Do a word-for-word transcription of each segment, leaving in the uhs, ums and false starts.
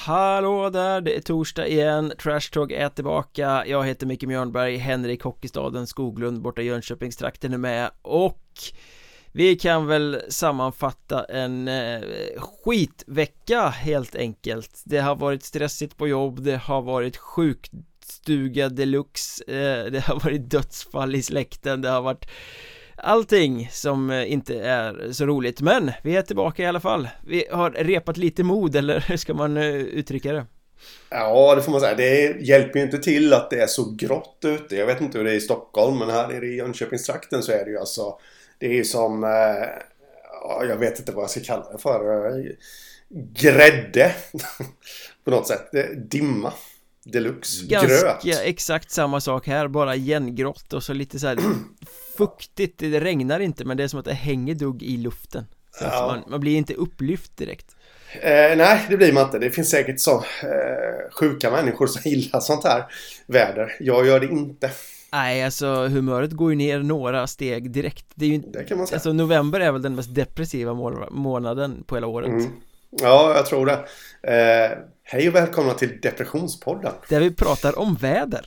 Hallå där, det är torsdag igen. Trash Talk är tillbaka. Jag heter Micke Mjörnberg. Henrik Hockeystaden Skoglund borta i Jönköpingstrakten är med. Och vi kan väl sammanfatta en eh, skitvecka helt enkelt. Det har varit stressigt på jobb. Det har varit sjukstuga deluxe. eh, Det har varit dödsfall i släkten. Det har varit allting som inte är så roligt. Men vi är tillbaka i alla fall. Vi har repat lite mod, eller hur ska man uttrycka det? Ja, det får man säga. Det hjälper ju inte till att det är så grått ute. Jag vet inte hur det är i Stockholm, men här nere i Jönköpingstrakten så är det ju alltså, det är ju som eh, jag vet inte vad jag ska kalla det för, eh, grädde på något sätt. Dimma deluxe, ganska gröt. Exakt samma sak här, bara igengrått och så lite så här fuktigt. Det regnar inte, men det är som att det hänger dugg i luften. Så ja. man, man blir inte upplyft direkt. Eh, nej, det blir man inte. Det finns säkert så eh, sjuka människor som gillar sånt här väder. Jag gör det inte. Nej, alltså humöret går ju ner några steg direkt. Det är ju, det kan man säga. Alltså november är väl den mest depressiva må- månaden på hela året. Mm. Ja, jag tror det. Eh, hej och välkomna till Depressionspodden. Där vi pratar om väder.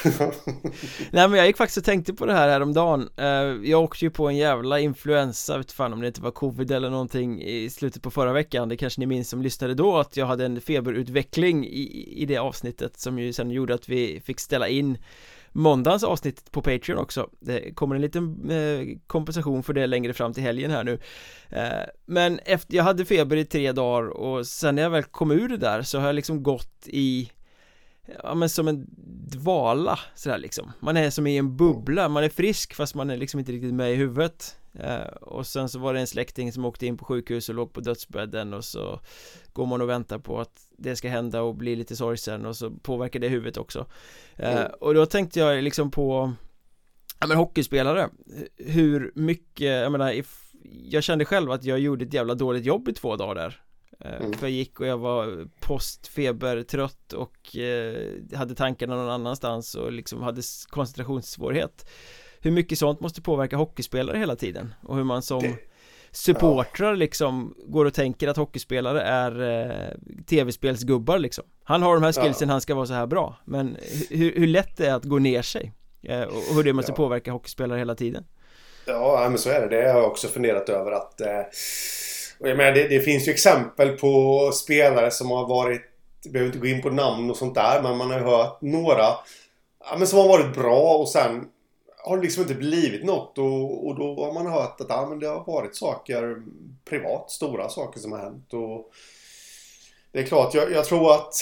Nej, men jag gick faktiskt och tänkte på det här häromdagen. eh, Jag åkte ju på en jävla influensa. Vet fan om det inte var covid eller någonting i slutet på förra veckan. Det kanske ni minns som lyssnade då, att jag hade en feberutveckling i, i det avsnittet, som ju sen gjorde att vi fick ställa in måndagens avsnitt på Patreon också. Det kommer en liten eh, kompensation för det längre fram till helgen här nu. Eh, men efter, jag hade feber i tre dagar, och sen när jag väl kom ur det där så har jag liksom gått i, ja, men som en dvala sådär liksom. Man är som i en bubbla, man är frisk fast man är liksom inte riktigt med i huvudet. Uh, och sen så var det en släkting som åkte in på sjukhus och låg på dödsbädden, och så går man och väntar på att det ska hända och bli lite sorgsen, och så påverkar det huvudet också. uh, mm. Och då tänkte jag liksom på, ja, men hockeyspelare, hur mycket, jag menar, if, jag kände själv att jag gjorde ett jävla dåligt jobb i två dagar där. uh, mm. För jag gick och jag var postfeber, trött och uh, hade tankarna någon annanstans och liksom hade koncentrationssvårighet. Hur mycket sånt måste påverka hockeyspelare hela tiden, och hur man som det, supportrar liksom går och tänker att hockeyspelare är eh, tv-spelsgubbar liksom. Han har de här skillsen, ja. Han ska vara så här bra. Men hur, hur lätt det är att gå ner sig, eh, och hur det måste ja. påverka hockeyspelare hela tiden. Ja, men så är det. Det har jag också funderat över att eh, och jag menar, det, det finns ju exempel på spelare som har varit, jag behöver inte gå in på namn och sånt där, men man har hört några, ja, men som har varit bra och sen har det liksom inte blivit något, och, och då har man hört att ja, men det har varit saker privat, stora saker som har hänt. Och det är klart, jag, jag tror att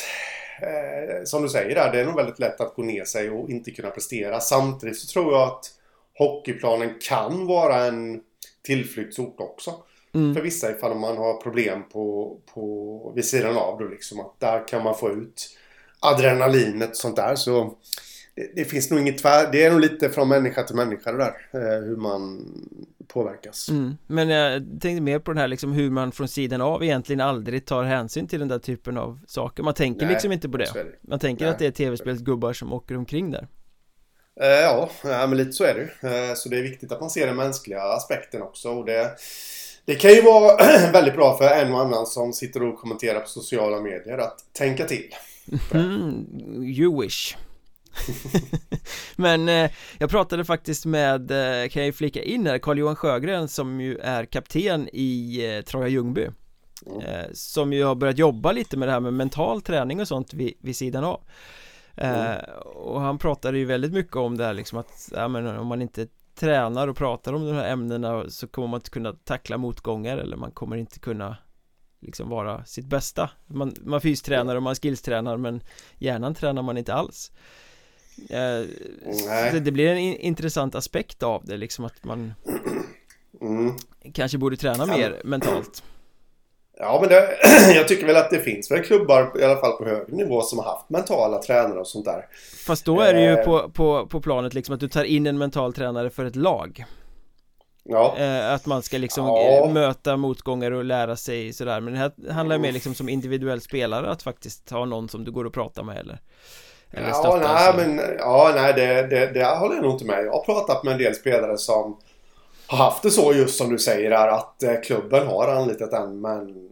eh, som du säger där, det är nog väldigt lätt att gå ner sig och inte kunna prestera. Samtidigt så tror jag att hockeyplanen kan vara en tillflyktsort också. Mm. För vissa, ifall man har problem på, på vid sidan av då, liksom, att där kan man få ut adrenalinet och sånt där. Så det, det finns nog inget tvär, det är nog lite från människa till människa det där, eh, hur man påverkas. Mm. Men jag tänkte mer på den här liksom, hur man från sidan av egentligen aldrig tar hänsyn till den där typen av saker. Man tänker Nej, liksom inte på det. Man tänker Nej. att det är tv-spelsgubbar som åker omkring där. Eh, ja, ja, men lite så är det. Eh, så det är viktigt att man ser den mänskliga aspekten också. Och det, det kan ju vara väldigt bra för en och annan som sitter och kommenterar på sociala medier att tänka till. Mm, you wish. Men eh, jag pratade faktiskt med, eh, kan jag flika in här, Carl-Johan Sjögren som ju är kapten i eh, Troja Ljungby, mm. eh, som ju har börjat jobba lite med det här med mental träning och sånt vid, vid sidan av. eh, mm. Och han pratade ju väldigt mycket om det här liksom, att ja, men om man inte tränar och pratar om de här ämnena så kommer man inte kunna tackla motgångar, eller man kommer inte kunna liksom vara sitt bästa. Man, man fystränar och man skillstränar, men hjärnan tränar man inte alls. Eh, så det blir en in- intressant aspekt av det, liksom att man mm. kanske borde träna kan... mer mentalt. Ja, men det, jag tycker väl att det finns väl klubbar i alla fall på hög nivå som har haft mentala tränare och sånt där. Fast då är det ju eh... på, på, på planet liksom att du tar in en mental tränare för ett lag. Ja. Eh, att man ska liksom ja. möta motgångar och lära sig sådär. Men det här handlar mm. mer liksom som individuell spelare, att faktiskt ha någon som du går och pratar med, eller Eller ja, nej, men, ja, nej det, det, det håller jag nog inte med. Jag har pratat med en del spelare som har haft det så, just som du säger där, att eh, klubben har anlitat en men,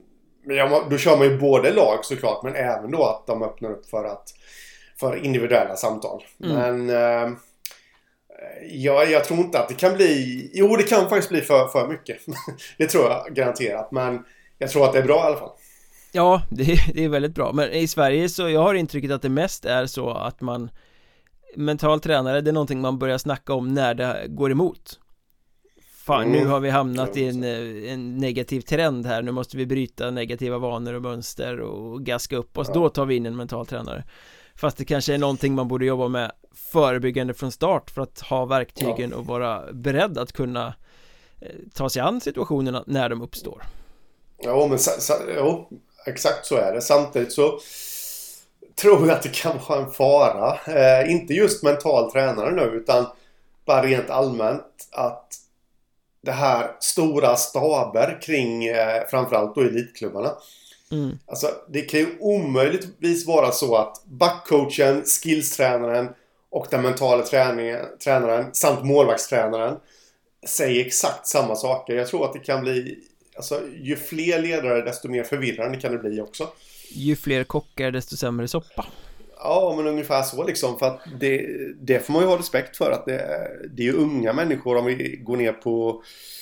Men ja, då kör man ju både lag såklart, men även då att de öppnar upp för att för individuella samtal. Mm. Men eh, ja, jag tror inte att det kan bli... Jo, det kan faktiskt bli för, för mycket. Det tror jag garanterat. Men jag tror att det är bra i alla fall. Ja, det är, det är väldigt bra. Men i Sverige så jag har intrycket att det mest är så att man... Mental tränare, det är någonting man börjar snacka om när det går emot. Fan, mm. nu har vi hamnat i en, en negativ trend här. Nu måste vi bryta negativa vanor och mönster och gaska upp oss. Ja. Då tar vi in en mental tränare. Fast det kanske är någonting man borde jobba med förebyggande från start för att ha verktygen ja. och vara beredd att kunna eh, ta sig an situationerna när de uppstår. Ja, men sa- sa- jo, exakt så är det. Samtidigt så tror jag att det kan vara en fara. Eh, inte just mental tränare nu, utan bara rent allmänt att det här stora staber kring eh, framförallt då elitklubbarna. Mm. Alltså det kan ju omöjligtvis vara så att backcoachen, skillstränaren och den mentala träningen, tränaren samt målvaktstränaren säger exakt samma saker. Jag tror att det kan bli, alltså ju fler ledare desto mer förvirrande kan det bli också. Ju fler kockar desto sämre soppa. Ja, men ungefär så liksom. För att det, det får man ju ha respekt för. Att det, det är ju unga människor. Om vi går ner på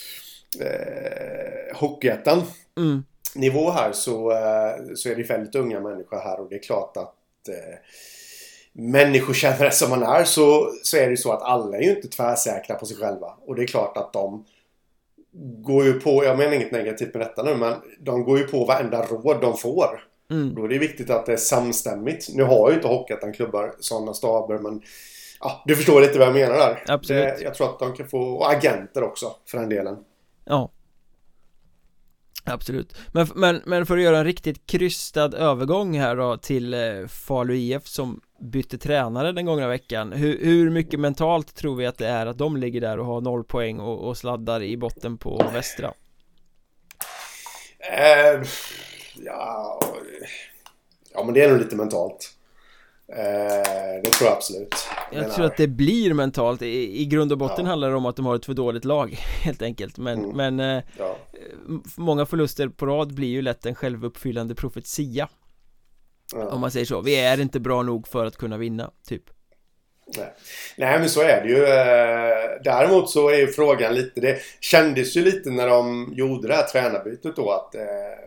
eh, Hockeyettan mm. nivå här så, eh, så är det väldigt unga människor här. Och det är klart att eh, människokännare som man är så, så är det ju så att alla är ju inte tvärsäkra på sig själva. Och det är klart att de går ju på, jag menar inget negativt med detta nu, men de går ju på varenda råd de får. Mm. Då är det viktigt att det är samstämmigt. Nu har ju inte Hockeyettan-klubbar sådana staber, men ja, du förstår lite vad jag menar där. Absolut. Det, jag tror att de kan få, och agenter också för den delen. Ja. Absolut. Men, men, men för att göra en riktigt krystad övergång här då till eh, Falu I F som bytte tränare den gångna veckan. Hur, hur mycket mentalt tror vi att det är att de ligger där och har noll poäng och, och sladdar i botten på Västra? Eh, ja, ja, men det är nog lite mentalt. Eh, det tror jag absolut. Jag men tror här. att det blir mentalt. I, i grund och botten ja. handlar det om att de har ett för dåligt lag, helt enkelt. Men, mm. men eh, ja. många förluster på rad blir ju lätt en självuppfyllande profetia. Ja. Om man säger så. Vi är inte bra nog för att kunna vinna, typ. Nej. Nej, men så är det ju. Däremot så är ju frågan lite, det kändes ju lite när de gjorde det här tränarbytet då att eh,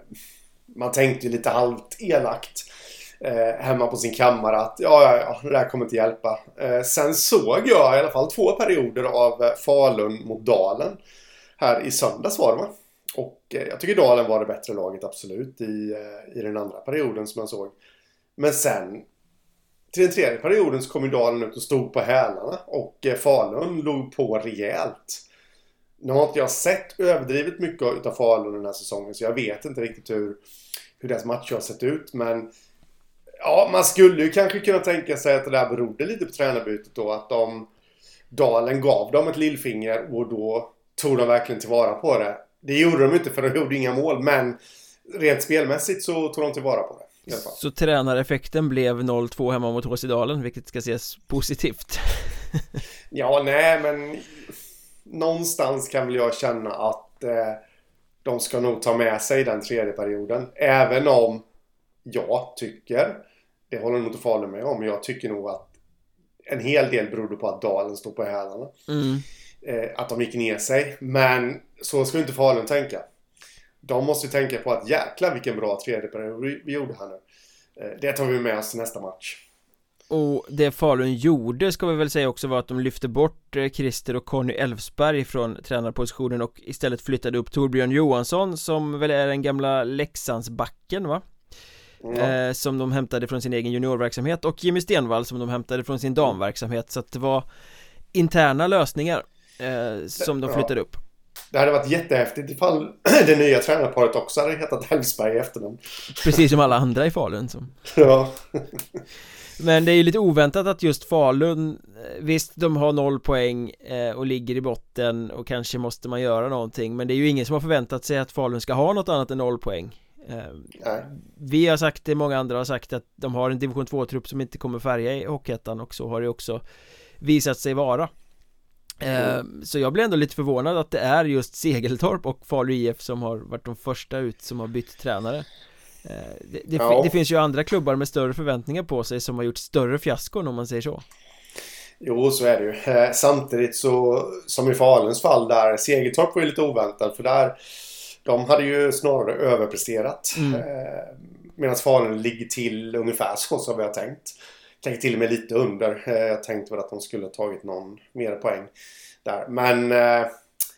man tänkte lite halvt elakt eh, hemma på sin kammare att ja, ja, ja, det här kommer inte hjälpa. Eh, sen såg jag i alla fall två perioder av Falun mot Dalen här i söndags var det, va? Och eh, jag tycker Dalen var det bättre laget absolut i, eh, i den andra perioden som jag såg. Men sen till den tredje perioden så kom ju Dalen ut och stod på hälarna och eh, Falun låg på rejält. Nu har inte jag sett överdrivet mycket av Falun den här säsongen, så jag vet inte riktigt hur, hur deras matcher har sett ut. Men ja, man skulle ju kanske kunna tänka sig att det där berodde lite på tränarbytet då, att de, Dalen gav dem ett lillfinger och då tog de verkligen tillvara på det. Det gjorde de inte för de gjorde inga mål, men rent spelmässigt så tog de tillvara på det. Så tränareffekten blev noll två hemma mot H C Dalen, vilket ska ses positivt. Ja, nej, men någonstans kan väl jag känna att eh, de ska nog ta med sig den tredje perioden. Även om jag tycker, det håller nog inte Falun med om, jag tycker nog att en hel del berodde på att Dalen stod på hälarna. Mm. Eh, att de gick ner sig. Men så ska inte Falun tänka. De måste ju tänka på att jäkla vilken bra tredje period vi gjorde här nu. Det tar vi med oss till nästa match. Och det Falun gjorde ska vi väl säga också var att de lyfte bort Christer och Conny Elfsberg från tränarpositionen och istället flyttade upp Torbjörn Johansson som väl är den gamla Leksandsbacken, va? Mm. Eh, som de hämtade från sin egen juniorverksamhet, och Jimmy Stenvall som de hämtade från sin damverksamhet. Så att det var interna lösningar eh, som de flyttade upp. Det hade varit jättehäftigt ifall det nya tränarparet också hade hetat Elfsberg efter dem. Precis som alla andra i Falun som. Ja. Men det är ju lite oväntat att just Falun, visst de har noll poäng eh, och ligger i botten och kanske måste man göra någonting, men det är ju ingen som har förväntat sig att Falun ska ha något annat än noll poäng. Eh, Nej. Vi har sagt det, många andra har sagt att de har en division två-trupp som inte kommer färga i Hockeyettan, och så har det också visat sig vara. Mm. Så jag blir ändå lite förvånad att det är just Segeltorp och Falu I F som har varit de första ut som har bytt tränare. det, det, ja. det finns ju andra klubbar med större förväntningar på sig som har gjort större fiaskon, om man säger så. Jo, så är det ju. Samtidigt så, som i Faluns fall där, Segertorp var ju lite oväntad, för där de hade ju snarare överpresterat. Mm. Medan Falun ligger till ungefär så som vi har tänkt. Kanske till och med lite under. Jag tänkte väl att de skulle ha tagit någon mer poäng där. Men eh,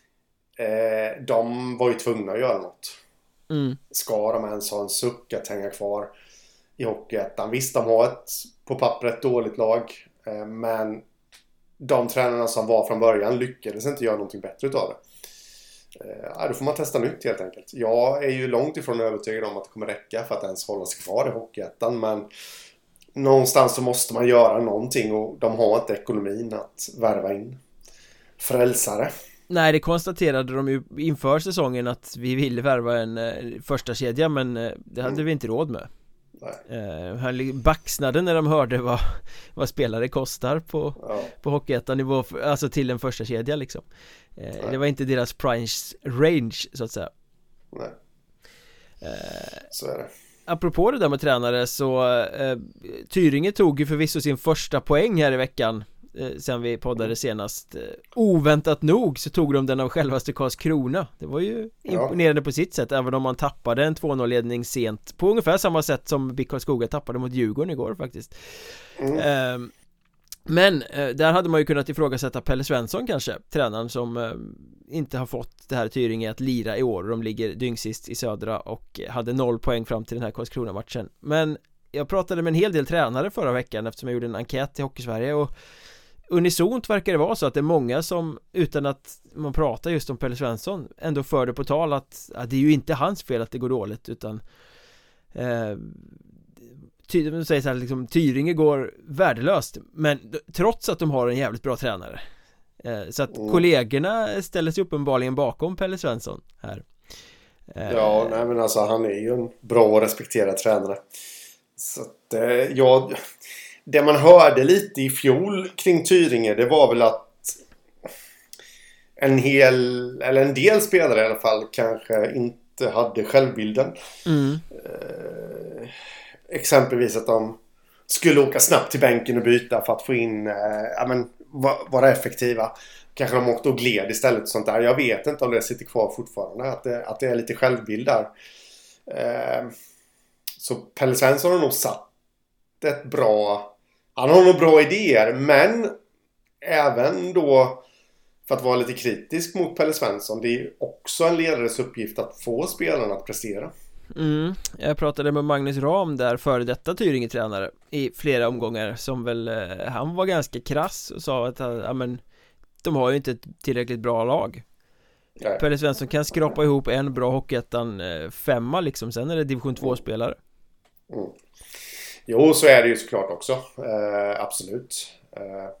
de var ju tvungna att göra något. Mm. Ska de ens ha en suck att hänga kvar i Hockeyettan? Visst, de har ett på pappret dåligt lag. Eh, men de tränarna som var från början lyckades inte göra någonting bättre utav det. Eh, då får man testa nytt helt enkelt. Jag är ju långt ifrån övertygad om att det kommer räcka för att ens hålla sig kvar i Hockeyettan. Men någonstans så måste man göra någonting, och de har inte ekonomin att värva in frälsare. Nej, det konstaterade de ju inför säsongen, att vi ville värva en eh, första kedja, men eh, det hade mm. vi inte råd med. Eh, han baxnade när de hörde vad, vad spelare kostar på, ja. på Hockeyettan-nivå, alltså till en första kedja liksom. Eh, det var inte deras price range, så att säga. Nej. Eh, så är det. Apropå det där med tränare, så eh, Tyringe tog ju förvisso sin första poäng här i veckan, eh, sen vi poddade senast. eh, Oväntat nog så tog de den av självaste Karlskrona. Det var ju imponerande ja. på sitt sätt, även om man tappade en två noll-ledning sent, på ungefär samma sätt som B K Karlskoga tappade mot Djurgården igår faktiskt. mm. eh, Men eh, där hade man ju kunnat ifrågasätta Pelle Svensson kanske, tränaren som eh, inte har fått det här Tyringe att lira i år. De ligger dyngsist i södra och hade noll poäng fram till den här Karlskrona-matchen. Men jag pratade med en hel del tränare förra veckan, eftersom jag gjorde en enkät i Hockeysverige, och unisont verkar det vara så att det är många som, utan att man pratar just om Pelle Svensson, ändå för det på tal att, att det är ju inte hans fel att det går dåligt, utan eh, ty, de säger så här, liksom, Tyringe går värdelöst, men trots att de har en jävligt bra tränare. eh, Så att mm. kollegorna ställer sig uppenbarligen bakom Pelle Svensson här. eh, Ja, nej men alltså han är ju en bra och respekterad tränare. Så att eh, jag... Det man hörde lite i fjol kring Tyringe, det var väl att en hel, eller en del spelare i alla fall, kanske inte hade självbilden. Mm. Eh, exempelvis att de skulle åka snabbt till bänken och byta för att få in, eh, ja men vara effektiva. Kanske de åkte och gled istället och sånt där. Jag vet inte om det sitter kvar fortfarande, att det, att det är lite självbild där. Eh, så Pelle Svensson har nog satt ett bra, han har nog bra idéer, men även då, för att vara lite kritisk mot Pelle Svensson, det är också en ledares uppgift att få spelarna att prestera. Mm, jag pratade med Magnus Ram där, före detta Tyringe-tränare, i flera omgångar, som väl, eh, han var ganska krass och sa att ja, men, de har ju inte ett tillräckligt bra lag. Nej. Pelle Svensson kan skrapa ihop en bra Hockeyettan eh, femma liksom, sen är det division två-spelare. Mm. Jo, så är det ju såklart också. Eh, absolut. Eh,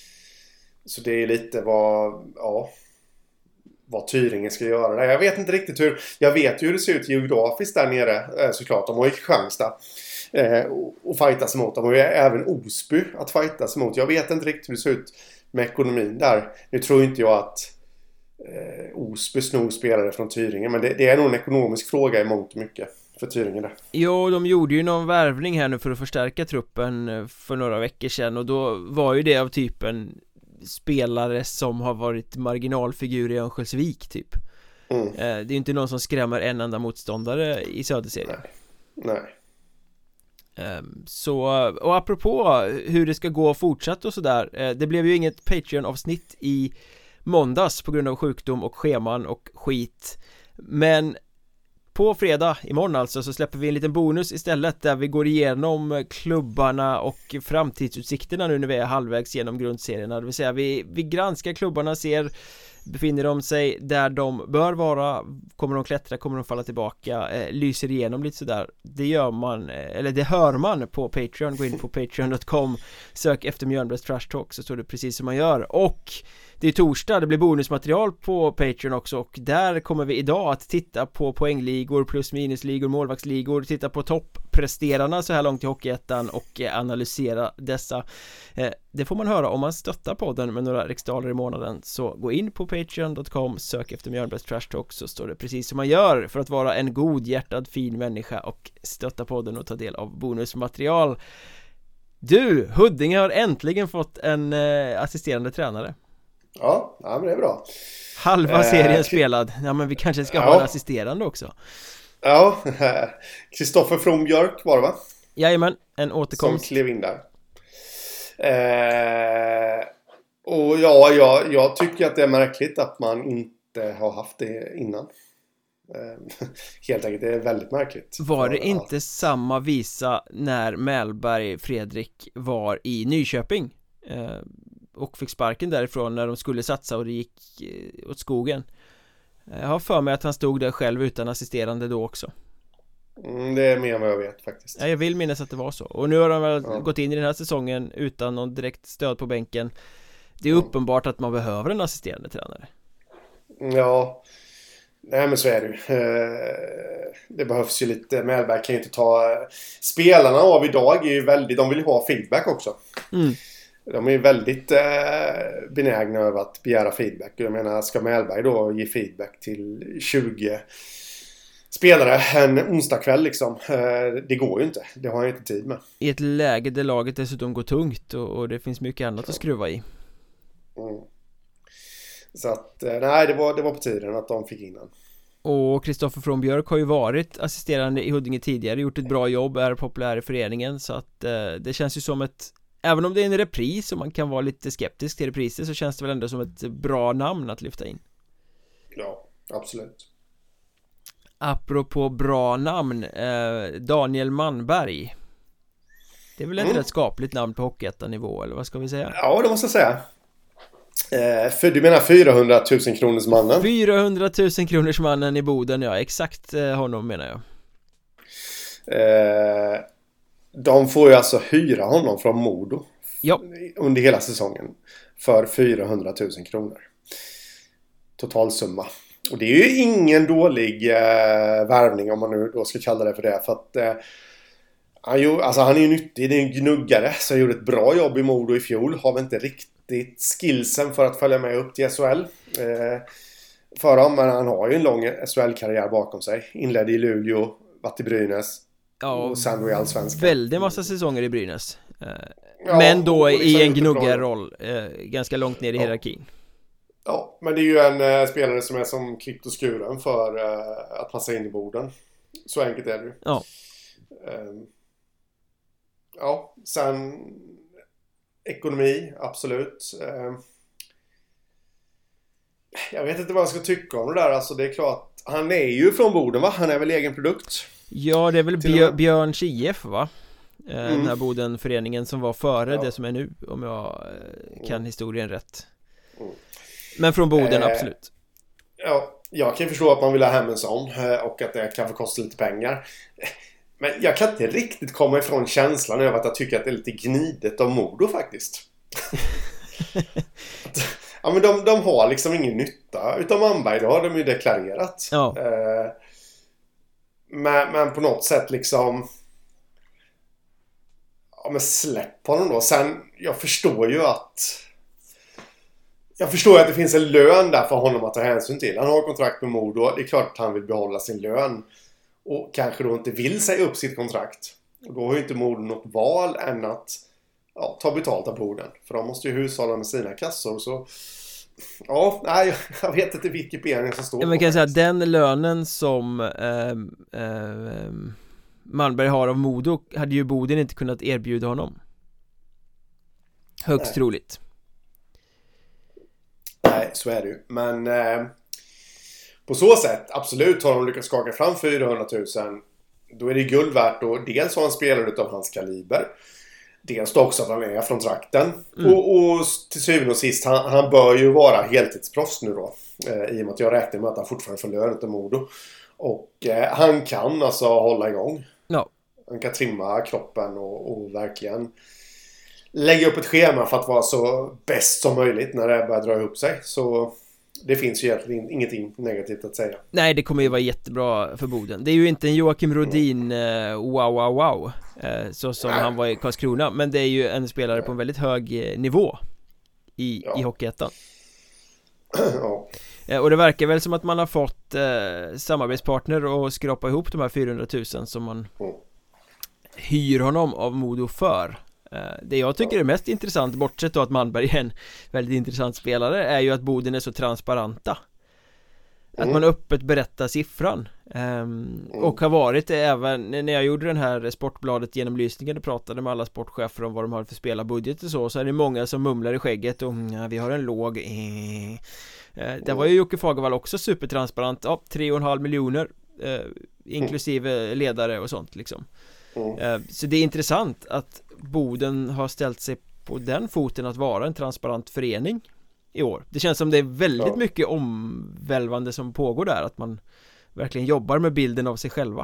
så det är lite vad, ja, vad Tyringe ska göra. Jag vet inte riktigt hur, jag vet ju hur det ser ut geografiskt där nere, eh, såklart. De har ju Kristianstad eh, och, och fightas emot. De har ju även Osby att fightas emot. Jag vet inte riktigt hur det ser ut med ekonomin där. Nu tror inte jag att eh, Osby snor spelare från Tyringe, men det, det är nog en ekonomisk fråga i mångt och mycket för Tyringe där. Jo, de gjorde ju någon värvning här nu för att förstärka truppen för några veckor sedan, och då var ju det av typen spelare som har varit marginalfigur i Örnsköldsvik typ. Mm. Det är ju inte någon som skrämmer en enda motståndare i söderserien. Nej. Nej. Så, och apropå hur det ska gå fortsatt och sådär, det blev ju inget Patreon-avsnitt i måndags på grund av sjukdom och scheman och skit, men på fredag, imorgon alltså, så släpper vi en liten bonus istället där vi går igenom klubbarna och framtidsutsikterna nu när vi är halvvägs genom grundserierna. Det vill säga vi, vi granskar klubbarna, ser, befinner de sig där de bör vara, kommer de klättra, kommer de falla tillbaka, eh, lyser igenom lite sådär. Det gör man, eller det hör man på Patreon. Gå in på patreon dot com, sök efter Mjölnbergs Trash Talk, så står det precis som man gör. Och det är torsdag, det blir bonusmaterial på Patreon också, och där kommer vi idag att titta på poängligor, plus minusligor, målvaktsligor, titta på topp toppresterarna så här långt i Hockeyettan och analysera dessa. Det får man höra om man stöttar podden med några riksdaler i månaden, så gå in på patreon dot com, sök efter Mjölnbergs Trash Talk, så står det precis som man gör för att vara en god hjärtad fin människa och stötta podden och ta del av bonusmaterial. Du, Huddinge har äntligen fått en eh, assisterande tränare. Ja, ja, men det är bra. Halva serien eh, spelad. Ja, men vi kanske ska ja. ha en assisterande också. Ja, Kristoffer From Björk var det, va? Jajamän, en återkomst. Som klev in där. Eh, och ja, jag, jag tycker att det är märkligt att man inte har haft det innan. Eh, helt enkelt, det är väldigt märkligt. Var det inte att... samma visa när Mellberg Fredrik var i Nyköping? Eh, och fick sparken därifrån när de skulle satsa och det gick eh, åt skogen. Jag har för mig att han stod där själv utan assisterande då också. Mm, det är mer än vad jag vet faktiskt. Ja, jag vill minnas att det var så. Och nu har de väl ja. gått in i den här säsongen utan någon direkt stöd på bänken. Det är mm. uppenbart att man behöver en assisterande tränare. Ja, nej men så är det ju. Det behövs ju lite. Mellberg kan ju inte ta... Spelarna av idag är ju väldigt... De vill ju ha feedback också. Mm. De är väldigt eh, benägna över att begära feedback. Jag menar, ska Mellberg då ge feedback till tjugo spelare en onsdagkväll liksom? Eh, det går ju inte. Det har jag inte tid med. I ett läge där laget dessutom går tungt och, och det finns mycket annat att skruva i. Mm. Så att, eh, nej, det var, det var på tiden att de fick in den. Och Kristoffer From Björk har ju varit assisterande i Huddinge tidigare, gjort ett bra jobb, är populär i föreningen, så att eh, det känns ju som ett... Även om det är en repris och man kan vara lite skeptisk till repriser, så känns det väl ändå som ett bra namn att lyfta in. Ja, absolut. Apropå bra namn, eh, Daniel Manberg. Det är väl ett mm. rätt skapligt namn på Hockeyettan-nivå, eller vad ska vi säga? Ja, det måste jag säga. Eh, för du menar fyrahundratusen kronors mannen? fyrahundratusen kronors mannen i Boden, ja, exakt eh, honom menar jag. Eh... De får ju alltså hyra honom från Modo ja. under hela säsongen för fyrahundratusen kronor. Totalsumma. Och det är ju ingen dålig eh, värvning om man nu då ska kalla det för det. För att eh, han, ju, alltså han är ju nyttig, det är en gnuggare som gjorde ett bra jobb i Modo i fjol. Har väl inte riktigt skillsen för att följa med upp till S H L. Eh, för honom, men han har ju en lång S H L-karriär bakom sig. Inledde i Luleå, varit i Brynäs. Ja, och sen i Allsvenskan. Väldigt massa säsonger i Brynäs. eh, ja, Men då i en gnuggarroll eh, ganska långt ner i ja. hierarkin. Ja, men det är ju en eh, spelare som är som klippt och skuren för eh, att passa in i borden. Så enkelt är det ju. Ja. eh, Ja, sen ekonomi, absolut. eh, Jag vet inte vad jag ska tycka om det där. Alltså det är klart, han är ju från Boden, va? Han är väl egen produkt. Ja, det är väl Björ- Björns I F, va? Eh, mm. Den här Bodenföreningen som var före ja. det som är nu, om jag eh, kan mm. historien rätt. Mm. Men från Boden, eh, absolut. Ja, jag kan förstå att man vill ha hem en sån eh, och att det kanske kostar lite pengar. Men jag kan inte riktigt komma ifrån känslan över att jag tycker att det är lite gnidet av Modo faktiskt. Ja, men de, de har liksom ingen nytta utav Manberg, det har de ju deklarerat. Ja. Eh, men, men på något sätt liksom... Ja, men släpp honom då. Sen, jag förstår ju att... Jag förstår att det finns en lön där för honom att ta hänsyn till. Han har kontrakt med Modo. Det är klart att han vill behålla sin lön. Och kanske då inte vill säga upp sitt kontrakt. Och då har ju inte Modo något val än att ja, ta betalt av Boden. För de måste ju hushålla med sina kassor. Så ja, nej, jag vet inte vilket ben som står. Ja, men kan jag säga att den lönen som eh, eh, Malmberg har av Modo hade ju Boden inte kunnat erbjuda honom. Högst nej. troligt. Nej, så är det ju. Men eh, på så sätt, absolut har de lyckats skaka fram fyrahundratusen. Då är det guld värt att dels ha en spelare utav hans kaliber. Dels då också att han är från trakten. Mm. Och, och till syvende och sist, han, han bör ju vara heltidsproffs nu då. Eh, I och med att jag räknar med att han fortfarande får lön utav Modo. Och eh, han kan alltså hålla igång. No. Han kan trimma kroppen och, och verkligen lägga upp ett schema för att vara så bäst som möjligt när det börjar dra ihop sig. Så det finns ju egentligen ingenting negativt att säga. Nej, det kommer ju vara jättebra för Boden. Det är ju inte en Joakim Rodin eh, wow wow wow eh, så som han var i Karlskrona, men det är ju en spelare på en väldigt hög eh, nivå i, ja. i Hockeyettan. Ja. eh, Och det verkar väl som att man har fått eh, samarbetspartner och skrapa ihop de här fyrahundratusen som man mm. hyr honom av Modo för. Det jag tycker är mest intressant, bortsett då att Malmberg är en väldigt intressant spelare, är ju att Boden är så transparenta. Att mm. man öppet berättar siffran um, mm. och har varit det även när jag gjorde den här Sportbladet genomlysningen och pratade med alla sportchefer om vad de har för spelarbudget och så, så är det många som mumlar i skägget och ja, vi har en låg eh. Det var ju Jocke Fagervall också supertransparent, ja, tre och en halv miljoner eh, inklusive ledare och sånt liksom. Mm. Så det är intressant att Boden har ställt sig på den foten att vara en transparent förening i år. Det känns som det är väldigt ja. mycket omvälvande som pågår där, att man verkligen jobbar med bilden av sig själva.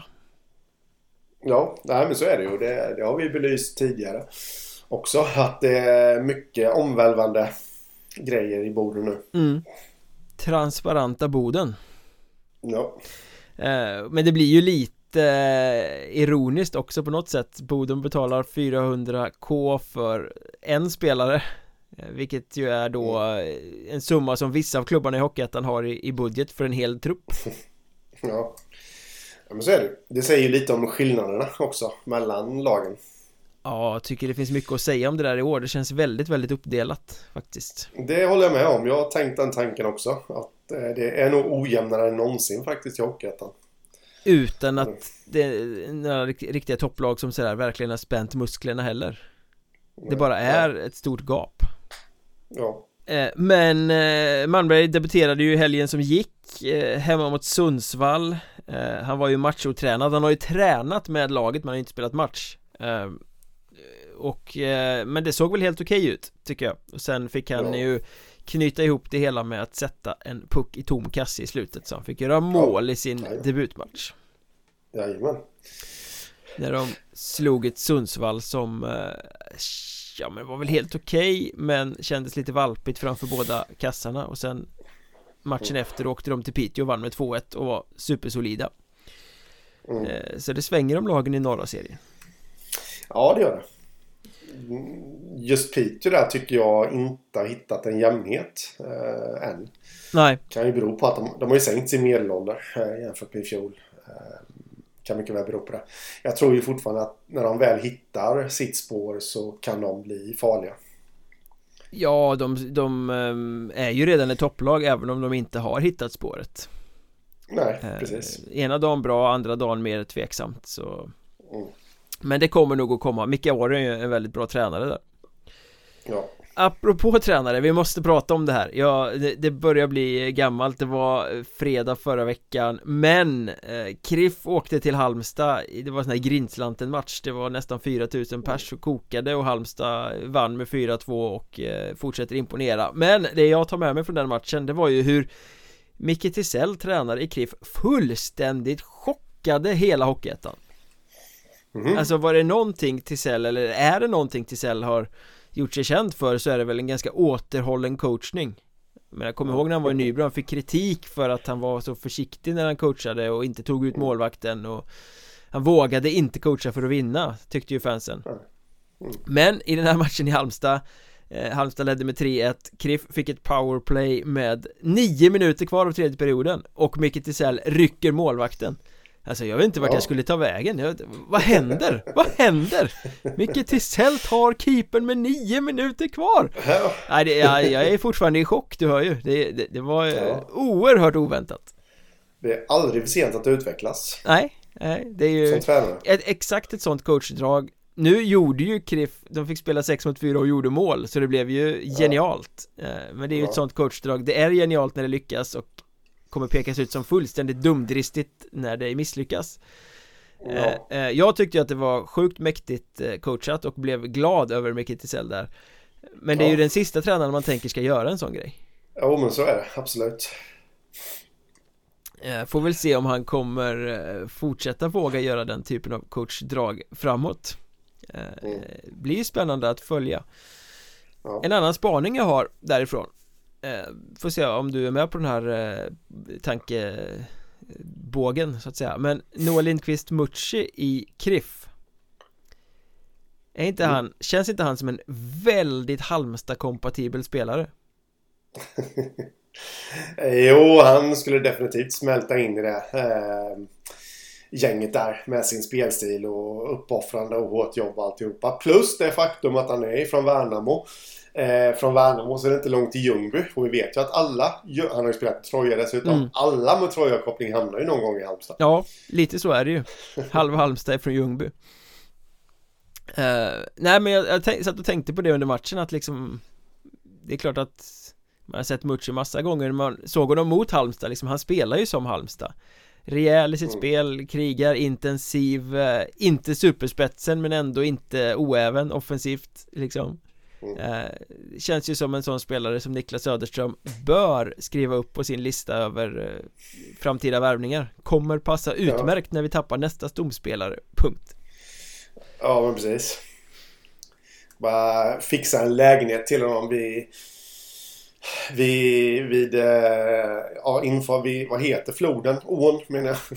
Ja, nej, men så är det ju. Det, det har vi belyst tidigare också, att det är mycket omvälvande grejer i Boden nu. Mm. Transparenta Boden. Ja. Men det blir ju lite ironiskt också på något sätt. Boden betalar fyrahundra k för en spelare, vilket ju är då en summa som vissa av klubbarna i Hockeyettan har i, i budget för en hel trupp. Ja. Ja, men så är det. Det säger ju lite om skillnaderna också mellan lagen. Ja, jag tycker det finns mycket att säga om det där i år. Det känns väldigt, väldigt uppdelat faktiskt. Det håller jag med om. Jag har tänkt den tanken också, att det är nog ojämnare än någonsin faktiskt i Hockeyettan. Utan att det är några riktiga topplag som sådär verkligen har spänt musklerna heller. Det bara är ett stort gap. Ja. Men Malmberg debuterade ju helgen som gick hemma mot Sundsvall. Han var ju machotränad. Han har ju tränat med laget, men har inte spelat match. Och, men det såg väl helt okej ut, tycker jag. Och sen fick han ja. ju knyta ihop det hela med att sätta en puck i tom kasse i slutet, så han fick göra mål ja. i sin Jajamän. debutmatch. Jajamän. När de slog ett Sundsvall som ja, men var väl helt okej, men kändes lite valpigt framför båda kassarna. Och sen matchen mm. efter åkte de till Piteå och vann med två ett och var supersolida. Mm. Så det svänger om lagen i norra serien. Ja, det gör det. Just Piteå där tycker jag inte har hittat en jämnhet äh, än. Nej. Kan ju bero på att de, de har ju sänkt sin medelålder äh, jämfört med i fjol. Äh, kan mycket väl bero på det. Jag tror ju fortfarande att när de väl hittar sitt spår så kan de bli farliga. Ja, de, de är ju redan ett topplag även om de inte har hittat spåret. Nej, precis. Eh, ena dagen bra, andra dagen mer tveksamt. Så. Mm. Men det kommer nog att komma. Micke Åre är en väldigt bra tränare där. Ja. Apropå tränare, vi måste prata om det här. Ja, det, det börjar bli gammalt. Det var fredag förra veckan. Men eh, Kriff åkte till Halmstad. Det var en sån här Grindslanten match. Det var nästan fyra tusen pers och kokade. Och Halmstad vann med fyra två och eh, fortsätter imponera. Men det jag tar med mig från den matchen, det var ju hur Micke Tisell, tränare i Kriff, fullständigt chockade hela Hockeyettan. Mm. Alltså var det någonting Tisell, eller är det någonting Tisell har gjort sig känd för, så är det väl en ganska återhållen coachning. Men jag kommer ihåg när han var i Nybro, han fick kritik för att han var så försiktig när han coachade och inte tog ut målvakten, och han vågade inte coacha för att vinna, tyckte ju fansen. Mm. Men i den här matchen i Halmstad, eh, Halmstad ledde med tre ett. Kriff fick ett powerplay med nio minuter kvar av tredje perioden och Micke Tisell rycker målvakten. Alltså jag vet inte vart ja. jag skulle ta vägen. Jag, vad händer? Vad händer? Micke Tisell tar keepern med nio minuter kvar. Ja. Nej, det, jag, jag är fortfarande i chock, du hör ju. Det, det, det var ja. oerhört oväntat. Det är aldrig för sent att utvecklas. Nej, nej det är ju ett, exakt ett sånt coachdrag. Nu gjorde ju Kriff, de fick spela sex mot fyra och gjorde mål, så det blev ju ja. genialt. Men det är ju ja. ett sånt coachdrag. Det är genialt när det lyckas och kommer pekas ut som fullständigt dumdristigt när det misslyckas. Ja. eh, Jag tyckte att det var sjukt mäktigt coachat och blev glad över Micke Tisell där. Men det är ja. ju den sista tränaren man tänker ska göra en sån grej. Ja, men så är det, absolut. eh, Får väl se om han kommer fortsätta våga göra den typen av coachdrag framåt. eh, mm. Blir spännande att följa. Ja. En annan spaning jag har därifrån, eh, får se om du är med på den här eh, tankebågen så att säga. Men Noah Lindqvist Mucci i Kriff, är inte mm. han, känns inte han som en väldigt Halmstad-kompatibel spelare? Jo, han skulle definitivt smälta in i det eh, gänget där med sin spelstil och uppoffrande och hårt jobb och alltihopa. Plus det faktum att han är från Värnamo. Eh, från Värnamo så är det inte långt till Ljungby. Och vi vet ju att alla, han har ju spelat Troja dessutom, mm. alla med Troja-koppling hamnar ju någon gång i Halmstad. Ja, lite så är det ju. Halva Halmstad är från Ljungby. Uh, nej, men jag, jag tänk, satt och tänkte på det under matchen, att liksom, det är klart att man har sett Mucci massa gånger. Man såg honom mot Halmstad, liksom, han spelar ju som Halmstad. Rejäl i sitt mm. spel, krigar, intensiv, uh, inte superspetsen men ändå inte oäven offensivt liksom. Mm. Uh, känns ju som en sån spelare som Niklas Söderström bör skriva upp på sin lista över uh, framtida värvningar. Kommer passa utmärkt ja. när vi tappar nästa stomspelare, punkt. Ja, men precis. Bara fixa en lägenhet till honom vid vid, vid ja, inför vid, vad heter floden? Ån, menar jag.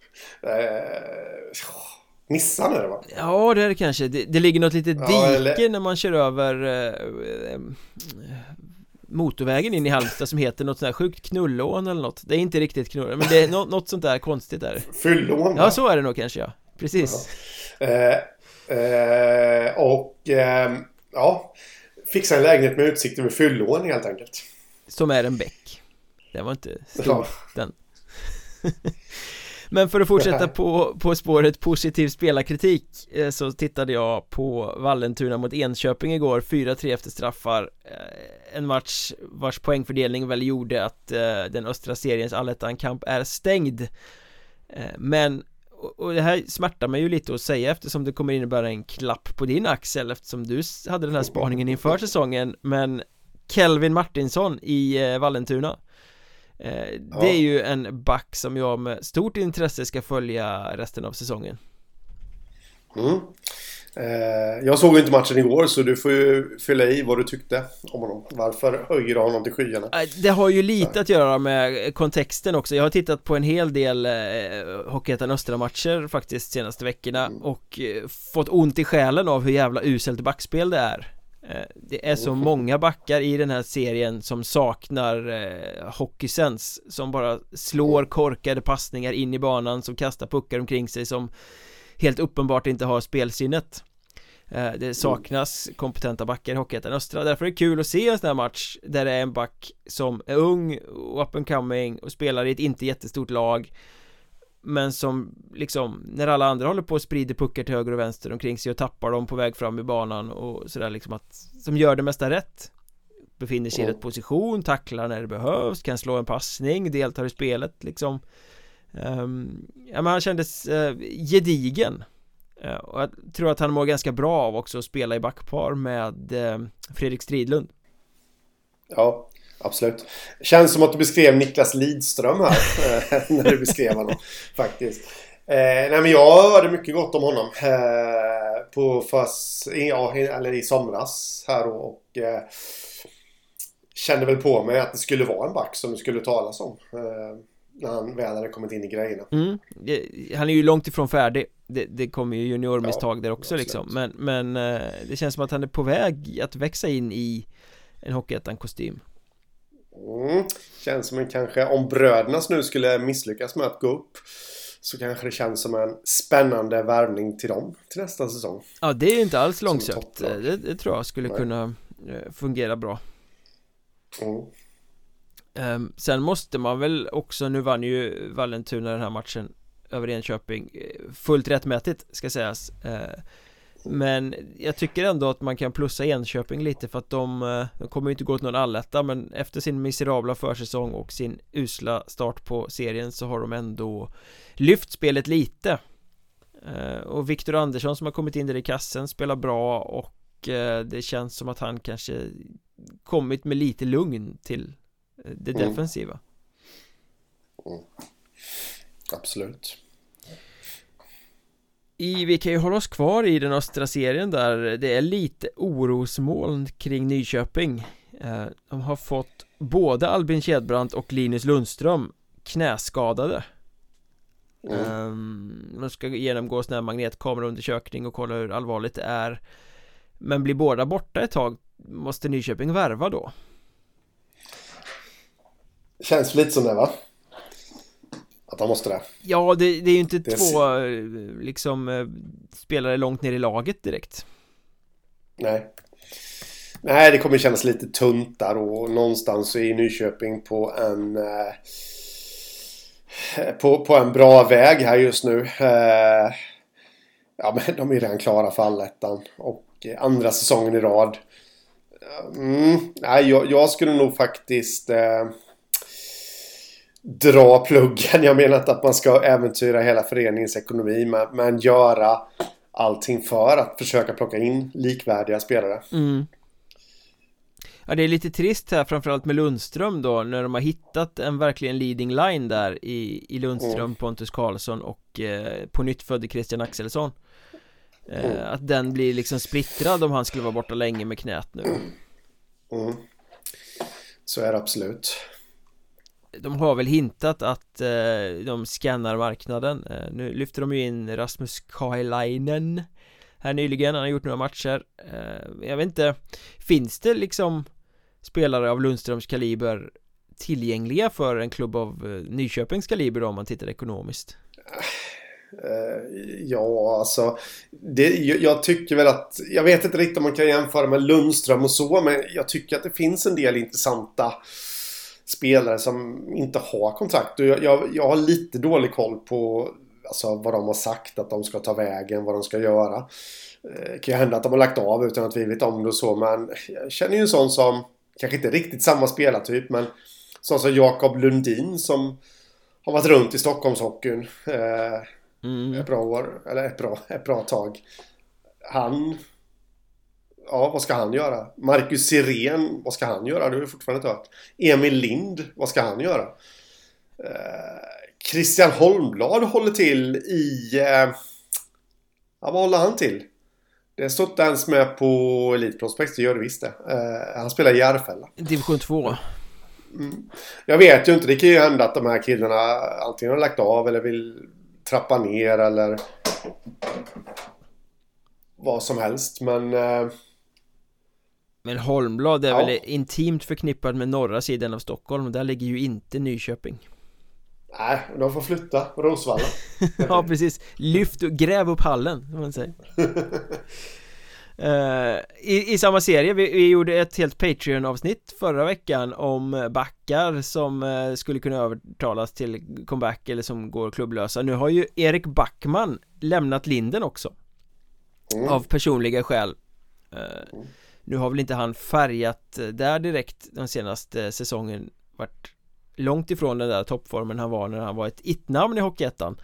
Nissan är det, va? Ja, det är det kanske. Det, det ligger något litet ja, dike eller... när man kör över eh, motorvägen in i Halmstad som heter något sånt där sjukt knullån eller något. Det är inte riktigt knull, men det är något, något sånt där konstigt där. Fyllån, va? Ja, så är det nog kanske, ja. Precis. Ja. Eh, eh, och eh, ja, fixa en lägenhet med utsikt över Fyllån helt enkelt. Som är en bäck. Det var inte stor, ja. den. Men för att fortsätta på, på spåret positiv spelarkritik, eh, så tittade jag på Vallentuna mot Enköping igår, fyra tre efter straffar. Eh, en match vars poängfördelning väl gjorde att eh, den östra seriens allettan-kamp är stängd. Eh, men och, och det här smärtar mig ju lite att säga, eftersom det kommer innebära en klapp på din axel, eftersom du hade den här spaningen inför säsongen. Men Kelvin Martinsson i eh, Vallentuna, eh, ja. det är ju en back som jag med stort intresse ska följa resten av säsongen. Mm. Eh, jag såg ju inte matchen igår, så du får ju fylla i vad du tyckte om honom. Varför höjer du honom till skyarna? Det har ju lite att göra med kontexten också. Jag har tittat på en hel del eh, Hockeyettan Östra-matcher faktiskt senaste veckorna mm. och eh, fått ont i själen av hur jävla uselt backspel det är. Det är så många backar i den här serien som saknar eh, hockeysens, som bara slår korkade passningar in i banan, som kastar puckar omkring sig, som helt uppenbart inte har spelsinnet. eh, Det saknas kompetenta backar i Hockeyettan Östra. Därför är det kul att se en sån här match där det är en back som är ung och up and coming och spelar i ett inte jättestort lag, men som liksom, när alla andra håller på och sprider puckar till höger och vänster omkring sig och tappar dem på väg fram i banan och sådär, liksom, att som gör det mesta rätt, befinner sig i rätt position, tacklar när det behövs, kan slå en passning, deltar i spelet liksom. um, ja, men han kändes uh, gedigen, uh, och jag tror att han mår ganska bra av också att spela i backpar med uh, Fredrik Stridlund. Ja, absolut. Känns som att du beskrev Niklas Lidström här när du beskrev honom faktiskt. Eh, nej, men jag hörde mycket gott om honom eh, på fast, ja, eller i somras här och, och eh, kände väl på mig att det skulle vara en back som det skulle talas om eh, när han väl hade kommit in i grejerna. Mm. Han är ju långt ifrån färdig. Det, det kommer ju juniormisstag ja, där också liksom. Men, men eh, det känns som att han är på väg att växa in i en Hockeyettan-kostym. Mm. Känns som en, kanske om brödernas nu skulle misslyckas med att gå upp, så kanske det känns som en spännande värvning till dem till nästa säsong. Ja, det är ju inte alls långsökt. Det, det tror jag skulle Nej. kunna eh, fungera bra. Mm. um, Sen måste man väl också, nu vann ju Vallentuna den här matchen över Enköping fullt rättmätigt, ska sägas. uh, Men jag tycker ändå att man kan plussa Enköping lite, för att de, de kommer ju inte gå åt någon alletta, men efter sin miserabla försäsong och sin usla start på serien så har de ändå lyft spelet lite. Och Victor Andersson som har kommit in där i kassen spelar bra, och det känns som att han kanske kommit med lite lugn till det defensiva. Mm. Mm. Absolut. I, vi kan ju hålla oss kvar i den östra serien där det är lite orosmoln kring Nyköping. De har fått både Albin Kedbrant och Linus Lundström knäskadade. Mm. Um, de ska genomgå sån här magnetkameraundersökning och kolla hur allvarligt det är. Men blir båda borta ett tag, måste Nyköping värva då? Känns lite som det, va? Att de måste det. Ja, det, det är ju inte det två är... liksom spelare långt ner i laget direkt. Nej. Nej, det kommer kännas lite tunt där, och någonstans så är Nyköping på en eh, på, på en bra väg här just nu. Eh, ja, men de är redan klara för allettan och andra säsongen i rad. Mm, nej, jag, jag skulle nog faktiskt eh, dra pluggen. Jag menar inte att man ska äventyra hela föreningens ekonomi, men, men göra allting för att försöka plocka in likvärdiga spelare. Mm. Ja, det är lite trist här, framförallt med Lundström då, när de har hittat en verkligen leading line där i, i Lundström, mm. Pontus Karlsson och eh, på nytt födde Christian Axelsson. Eh, mm. Att den blir liksom splittrad om han skulle vara borta länge med knät nu. Mm. Så är det absolut. De har väl hintat att eh, de scannar marknaden. Eh, nu lyfter de ju in Rasmus Kailainen här nyligen, han har gjort några matcher. eh, Jag vet inte, finns det liksom spelare av Lundströms kaliber tillgängliga för en klubb av eh, Nyköpings kaliber då, om man tittar ekonomiskt? Uh, ja, alltså det, jag, jag tycker väl att, jag vet inte riktigt om man kan jämföra med Lundström och så, men jag tycker att det finns en del intressanta spelare som inte har kontrakt, och jag, jag, jag har lite dålig koll på alltså vad de har sagt att de ska ta vägen, vad de ska göra. Det kan ju hända att de har lagt av utan att vi vet om det och så, men jag känner ju en sån som kanske inte riktigt samma spelartyp, men sån som Jakob Lundin som har varit runt i Stockholmshockeyn eh, mm. ett bra år, eller ett bra, ett bra tag. Han, ja, vad ska han göra? Marcus Sirén, vad ska han göra? Det har vi fortfarande inte hört. Emil Lind, vad ska han göra? Eh, Christian Holmblad håller till i eh, ja, vad håller han till? Det står inte ens med på Elite Prospects, det gör det visst det. Eh, han spelar i Järfälla. Division två. Mm. Jag vet ju inte, det kan ju hända att de här killarna antingen har lagt av eller vill trappa ner eller vad som helst, men eh, men Holmblad är ja. väl intimt förknippad med norra sidan av Stockholm, och där ligger ju inte Nyköping. Nej, de får flytta Rosvalla. Ja, precis. Lyft och gräv upp hallen, som man säger. uh, i, I samma serie, vi, vi gjorde ett helt Patreon-avsnitt förra veckan om backar som uh, skulle kunna övertalas till comeback eller som går klubblösa. Nu har ju Erik Backman lämnat Linden också. Mm. Av personliga skäl. Uh, mm. Nu har väl inte han färgat där direkt den senaste säsongen, varit långt ifrån den där toppformen han var när han var ett it-namn i Hockeyettan.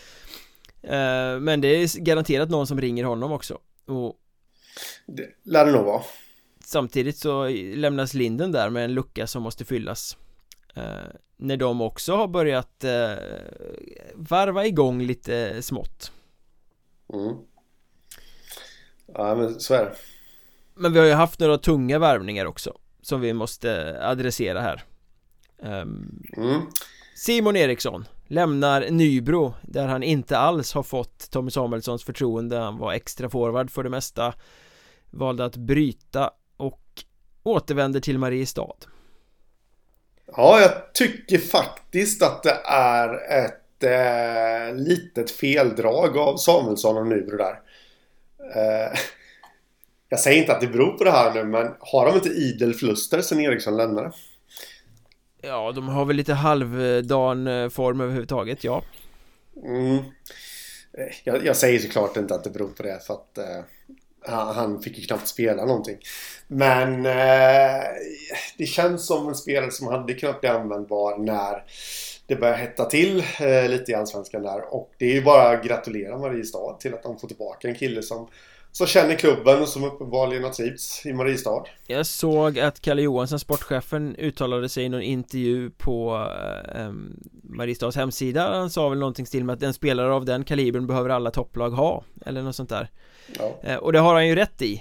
eh, Men det är garanterat någon som ringer honom också. Och det lär det nog vara. samtidigt så lämnas Linden där med en lucka som måste fyllas. eh, När de också har börjat eh, varva igång lite smått. Mm. Ja, men så är det. Men vi har ju haft några tunga värvningar också som vi måste adressera här. Um, mm. Simon Eriksson lämnar Nybro, där han inte alls har fått Tommy Samuelssons förtroende. Han var extra forward för det mesta, valde att bryta och återvänder till Mariestad. Ja, jag tycker faktiskt att det är ett eh, litet feldrag av Samuelsson och Nybro där. eh, Jag säger inte att det beror på det här nu, men har de inte idel förluster sen Eriksson lämnade? Ja, de har väl lite halvdan form överhuvudtaget, ja. Mm. Jag, jag säger såklart inte att det beror på det, för att eh, han fick ju knappt spela någonting. Men eh, det känns som en spelare som hade kunnat bli användbar när det börjar hetta till eh, lite i Allsvenskan där. Och det är ju bara att gratulera Mariestad till att de får tillbaka en kille som Så känner klubben och som uppenbarligen har trivts i Mariestad. Jag såg att Kalle Johansson, sportchefen, uttalade sig i någon intervju på eh, Mariestads hemsida. Han sa väl någonting stil med att en spelare av den kalibern behöver alla topplag ha, eller något sånt där. Ja. eh, Och det har han ju rätt i.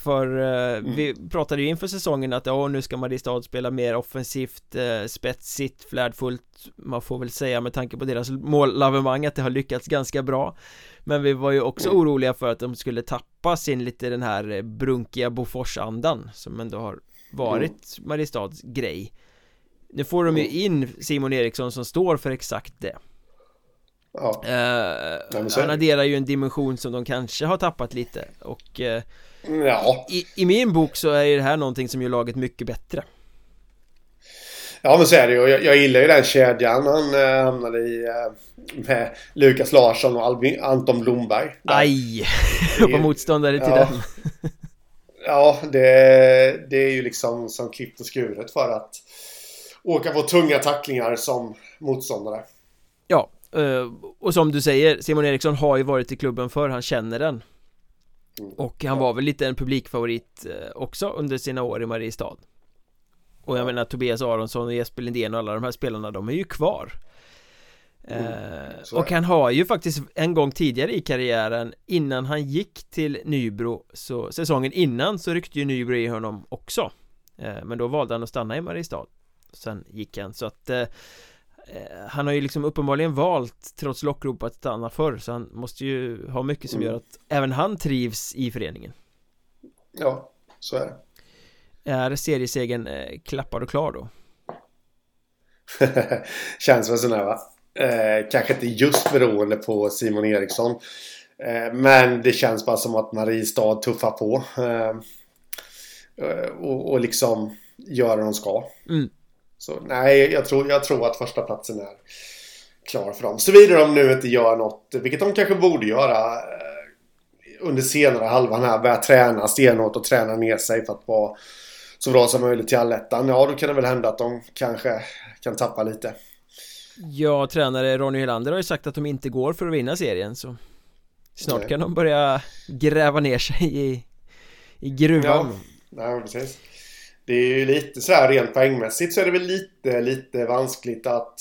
för eh, Mm. vi pratade ju inför säsongen att ja, nu ska Mariestad spela mer offensivt, eh, spetsigt, flärdfullt, man får väl säga med tanke på deras mållavemang att det har lyckats ganska bra. Men vi var ju också Mm. oroliga för att de skulle tappa sin lite den här eh, brunkiga Bofors-andan som ändå har varit mm. Mariestads grej. Nu får de ju in Simon Eriksson som står för exakt det. Ja. Eh, han adderar ju en dimension som de kanske har tappat lite. Och eh, ja. i, i min bok så är det här någonting som gör laget mycket bättre. Ja, men så är det ju. Jag, jag gillar ju den kedjan han äh, hamnade i äh, med Lukas Larsson och Albin, Anton Blomberg där. Aj, på motståndare till ja. den. Ja, det, det är ju liksom som klippt och skuret för att åka på tunga tacklingar som motståndare. Ja, och som du säger, Simon Eriksson har ju varit i klubben för han känner den. Och han var väl lite en publikfavorit också under sina år i Mariestad. Och jag menar Tobias Aronsson och Jesper Lindén och alla de här spelarna, de är ju kvar. Mm, eh, och han har ju faktiskt en gång tidigare i karriären, innan han gick till Nybro, så säsongen innan så ryckte ju Nybro i honom också. Eh, men då valde han att stanna i Mariestad. Sen gick han, så att eh, han har ju liksom uppenbarligen valt, trots lockrop, att stanna förr. Så han måste ju ha mycket som mm. gör att även han trivs i föreningen. Ja, så är det. Är seriesegen eh, klappad och klar då? Känns väl sådär, va? Eh, kanske inte just beroende på Simon Eriksson. Eh, men det känns bara som att Mariestad tuffar på. Eh, och, och liksom gör det de ska. Mm. Så nej, jag tror, jag tror att första platsen är klar för dem. Så vidare de nu inte gör något, vilket de kanske borde göra eh, under senare halvan här. Börja träna stenhårt och träna ner sig för att vara så bra som möjligt till allettan. Ja, då kan det väl hända att de kanske kan tappa lite. Ja, tränare Ronny Helander har ju sagt att de inte går för att vinna serien, så snart Nej. kan de börja gräva ner sig i, i gruvan. Ja, nej, precis. Det är ju lite så här rent poängmässigt så är det väl lite, lite vanskligt att,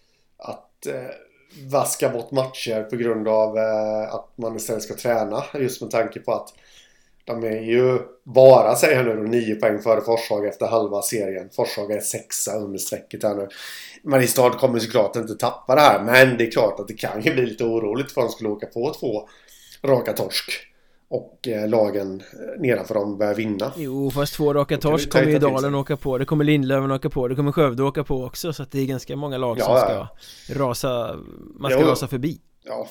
att eh, vaska bort matcher på grund av eh, att man istället ska träna. Just med tanke på att de är ju bara, säger jag nu, nio poäng före Forshaga efter halva serien. Forshaga är sexa under strecket här nu. Mariestad kommer såklart inte tappa det här, men det är klart att det kan ju bli lite oroligt för att de skulle åka på två raka torsk. Och eh, lagen nedanför dem börjar vinna. Jo, fast två raka torsk kommer ju Dalen åka på. Det kommer Lindlöven åka på. Det kommer Skövde åka på också. Så att det är ganska många lag ja, som ska ja. rasa. Man ska jo. rasa förbi. Ja.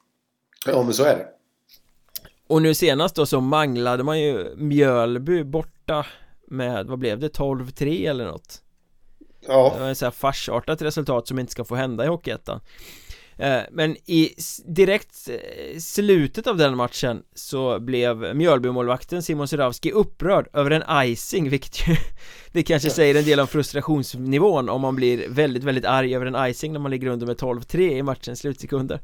Ja, men så är det. Och nu senast då så manglade man ju Mjölby borta med, vad blev det, tolv tre eller något. Ja. Det var en så här farsartat resultat som inte ska få hända i Hockeyettan. Men i direkt slutet av den matchen så blev Mjölby-målvakten Simon Suravski upprörd över en icing, vilket ju, det kanske säger en del om frustrationsnivån om man blir väldigt, väldigt arg över en icing när man ligger under med tolv tre i matchens slutsekunder.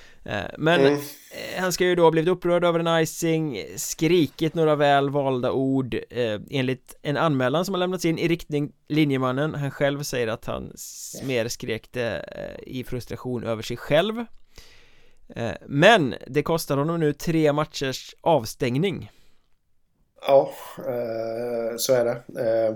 Men mm. han ska ju då ha blivit upprörd över en icing, skrikit några väl valda ord eh, enligt en anmälan som har lämnats in i riktning linjemannen. Han själv säger att han mer skrekte eh, i frustration över sig själv. Eh, men det kostar honom nu tre matchers avstängning. Ja, eh, så är det. Eh,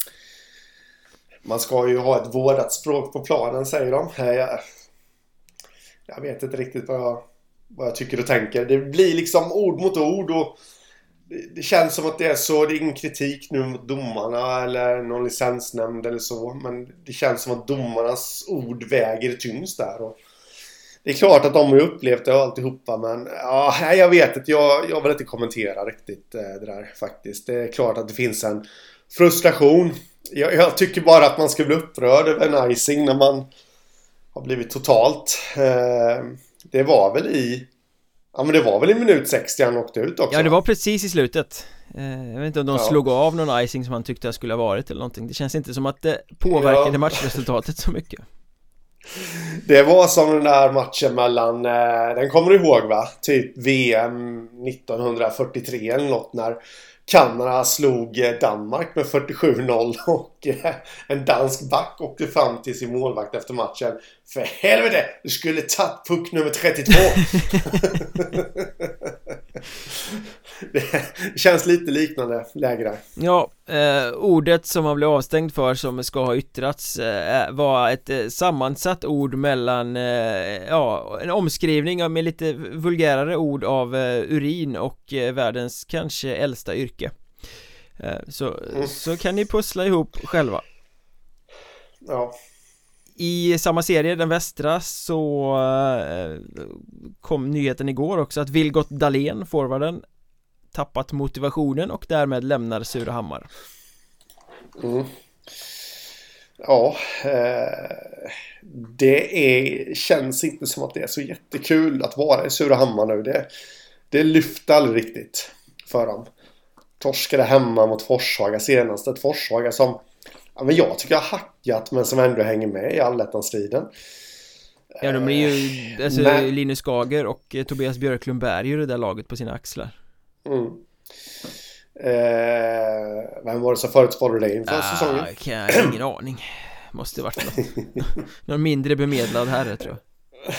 man ska ju ha ett vårdat språk på planen, säger de. Eh, Jag vet inte riktigt vad jag, vad jag tycker och tänker. Det blir liksom ord mot ord och det, det känns som att det är så. Det är ingen kritik nu mot domarna eller någon licensnämnd eller så. Men det känns som att domarnas ord väger tyngst där. Och det är klart att de har upplevt det och alltihopa. Men ja, jag vet inte. Jag, jag vill inte kommentera riktigt det där faktiskt. Det är klart att det finns en frustration. Jag, jag tycker bara att man ska bli upprörd över en icing när man har blivit totalt. Eh, det var väl i Ja, men det var väl i minut sextio han åkte ut också. Ja, det var precis i slutet. eh, Jag vet inte om de ja. slog av någon icing som han tyckte det skulle ha varit eller någonting. Det känns inte som att det påverkade ja. matchresultatet så mycket. Det var som den där matchen mellan eh, den kommer du ihåg, va? Typ V M nittonhundrafyrtiotre eller något, när Kanada slog Danmark med fyrtiosju noll och en dansk back åkte fram till sin målvakt efter matchen. För helvete, du skulle tagit puck nummer trettiotvå. det känns lite liknande läge. Ja, eh, ordet som man blev avstängd för som ska ha yttrats eh, var ett eh, sammansatt ord mellan eh, ja, en omskrivning med lite vulgärare ord av eh, urin och eh, världens kanske äldsta yrke. eh, så, mm. så kan ni pussla ihop själva. Ja. I samma serie, den västra, så eh, kom nyheten igår också att Vilgot Dahlén, forwarden, tappat motivationen och därmed lämnar Surahammar. Mm. Ja, eh, det är, känns inte som att det är så jättekul att vara i Surahammar nu. Det, det lyfter aldrig riktigt för dem. Torskade hemma mot Forshaga senast. Ett Forshaga som, ja, men jag tycker jag har hackat, men som ändå hänger med i Allettan-striden. Ja, de blir ju alltså, men... Linus Skager och eh, Tobias Björklund bär ju det där laget på sina axlar. Mm. Eh, vem var det som förutspådde det inför ah, säsongen? Jag har ingen aning. Måste varit något. Någon mindre bemedlad herre, tror jag.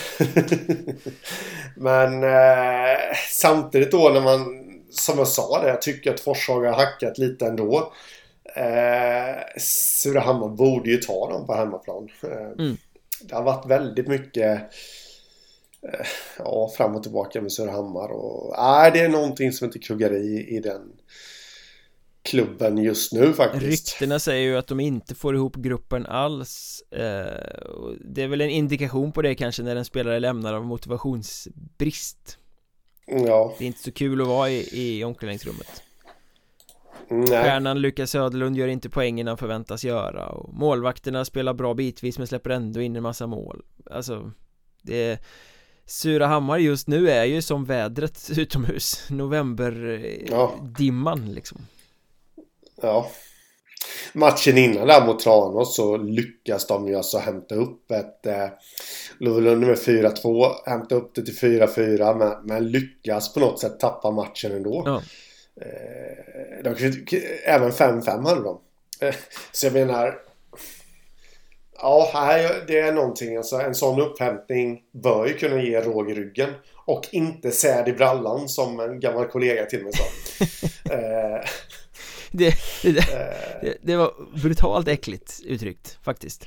Men eh, samtidigt då när man, som jag sa det, jag tycker att Forshaga har hackat lite ändå. Eh, Surahammar borde ju ta dem på hemmaplan. Eh, mm. Det har varit väldigt mycket eh, ja, fram och tillbaka med Surahammar. Och, nej, det är någonting som inte kuggar i i den klubben just nu faktiskt. Ryktena säger ju att de inte får ihop gruppen alls. eh, och Det är väl en indikation på det kanske när en spelare lämnar av motivationsbrist. Ja. Det är inte så kul att vara i, i omklädningsrummet. Nej. Stjärnan Lukas Söderlund gör inte poängen han förväntas göra, och målvakterna spelar bra bitvis men släpper ändå in en massa mål. Alltså det, Surahammar just nu är ju som vädret utomhus, novemberdimman ja. liksom. Ja. Matchen innan där mot Tranås så lyckas de ju alltså hämta upp ett eh, Lovelund med fyra två, hämta upp det till fyra fyra, men, men lyckas på något sätt tappa matchen ändå. Ja. Eh, de, även fem fem hade de. Eh, så jag menar, ja, här, det är någonting, alltså, en sån upphämtning bör ju kunna ge råg i ryggen och inte säd i brallan, som en gammal kollega till mig sa. eh, Det, det, det, det var brutalt äckligt uttryckt faktiskt.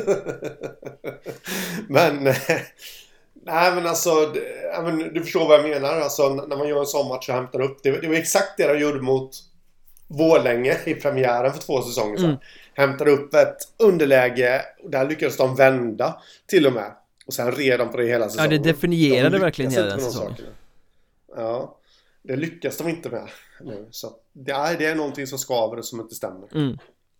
Men nej, men alltså du förstår vad jag menar. Alltså, när man gör en sån match och hämtar upp det, det var exakt det de gjorde mot Vårlänge i premiären för två säsonger sedan. Mm. Hämtade upp ett underläge och där lyckades de vända till och med. Och sen red de på det hela säsongen. Ja, det definierade de verkligen hela den säsongen. Ja, det lyckas de inte med nu. Så det är, det är någonting som skaver och som inte stämmer. Mm.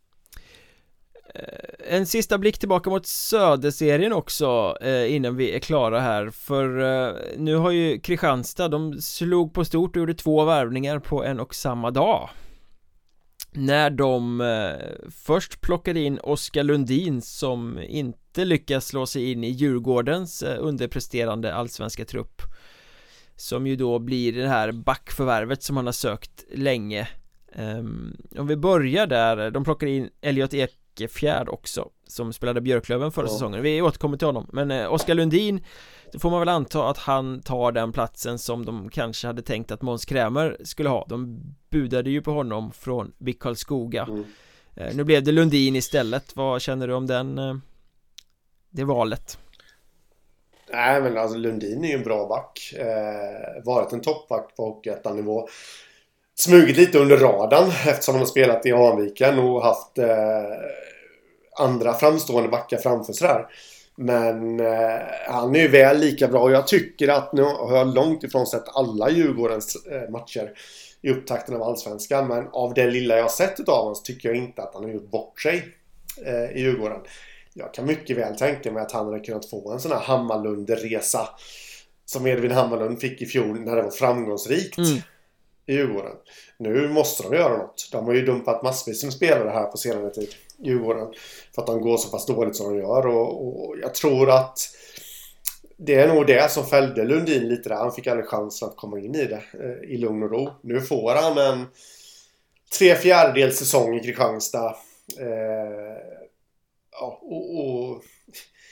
En sista blick tillbaka mot Söderserien också eh, innan vi är klara här. För eh, nu har ju Kristianstad, de slog på stort och gjorde två värvningar på en och samma dag. När de eh, först plockade in Oskar Lundin, som inte lyckas slå sig in i Djurgårdens eh, underpresterande allsvenska trupp, som ju då blir det här backförvärvet som han har sökt länge. um, Om vi börjar där, de plockade in Elliot Ekefjärd också, som spelade Björklöven förra ja. säsongen. Vi återkommer till honom. Men eh, Oskar Lundin, då får man väl anta att han tar den platsen som de kanske hade tänkt att Måns Krämer skulle ha. De budade ju på honom från Vik Karlskoga. mm. eh, Nu blev det Lundin istället. Vad känner du om den eh, det valet? Nej, men alltså Lundin är ju en bra back. Eh, varit en toppback på Hockeyettan-nivå. Smugit lite under radarn eftersom han har spelat i Hanviken och haft eh, andra framstående backar framför sig där. Men eh, han är ju väl lika bra, och jag tycker att nu har jag långt ifrån sett alla Djurgårdens eh, matcher i upptakten av Allsvenskan, men av det lilla jag har sett av honom så tycker jag inte att han har gjort bort sig eh, i Djurgården. Jag kan mycket väl tänka mig att han hade kunnat få en sån här Hammarlund-resa som Edvin Hammarlund fick i fjol när det var framgångsrikt mm. i Djurgården. Nu måste de göra något. De har ju dumpat massvis med spelare här på senare tid i Djurgården för att de går så pass dåligt som de gör, och, och jag tror att det är nog det som fällde Lundin lite där. Han fick aldrig chansen att komma in i det eh, i lugn och ro. Nu får han en tre fjärdedels säsong i Kristianstad. Eh, Ja, och, och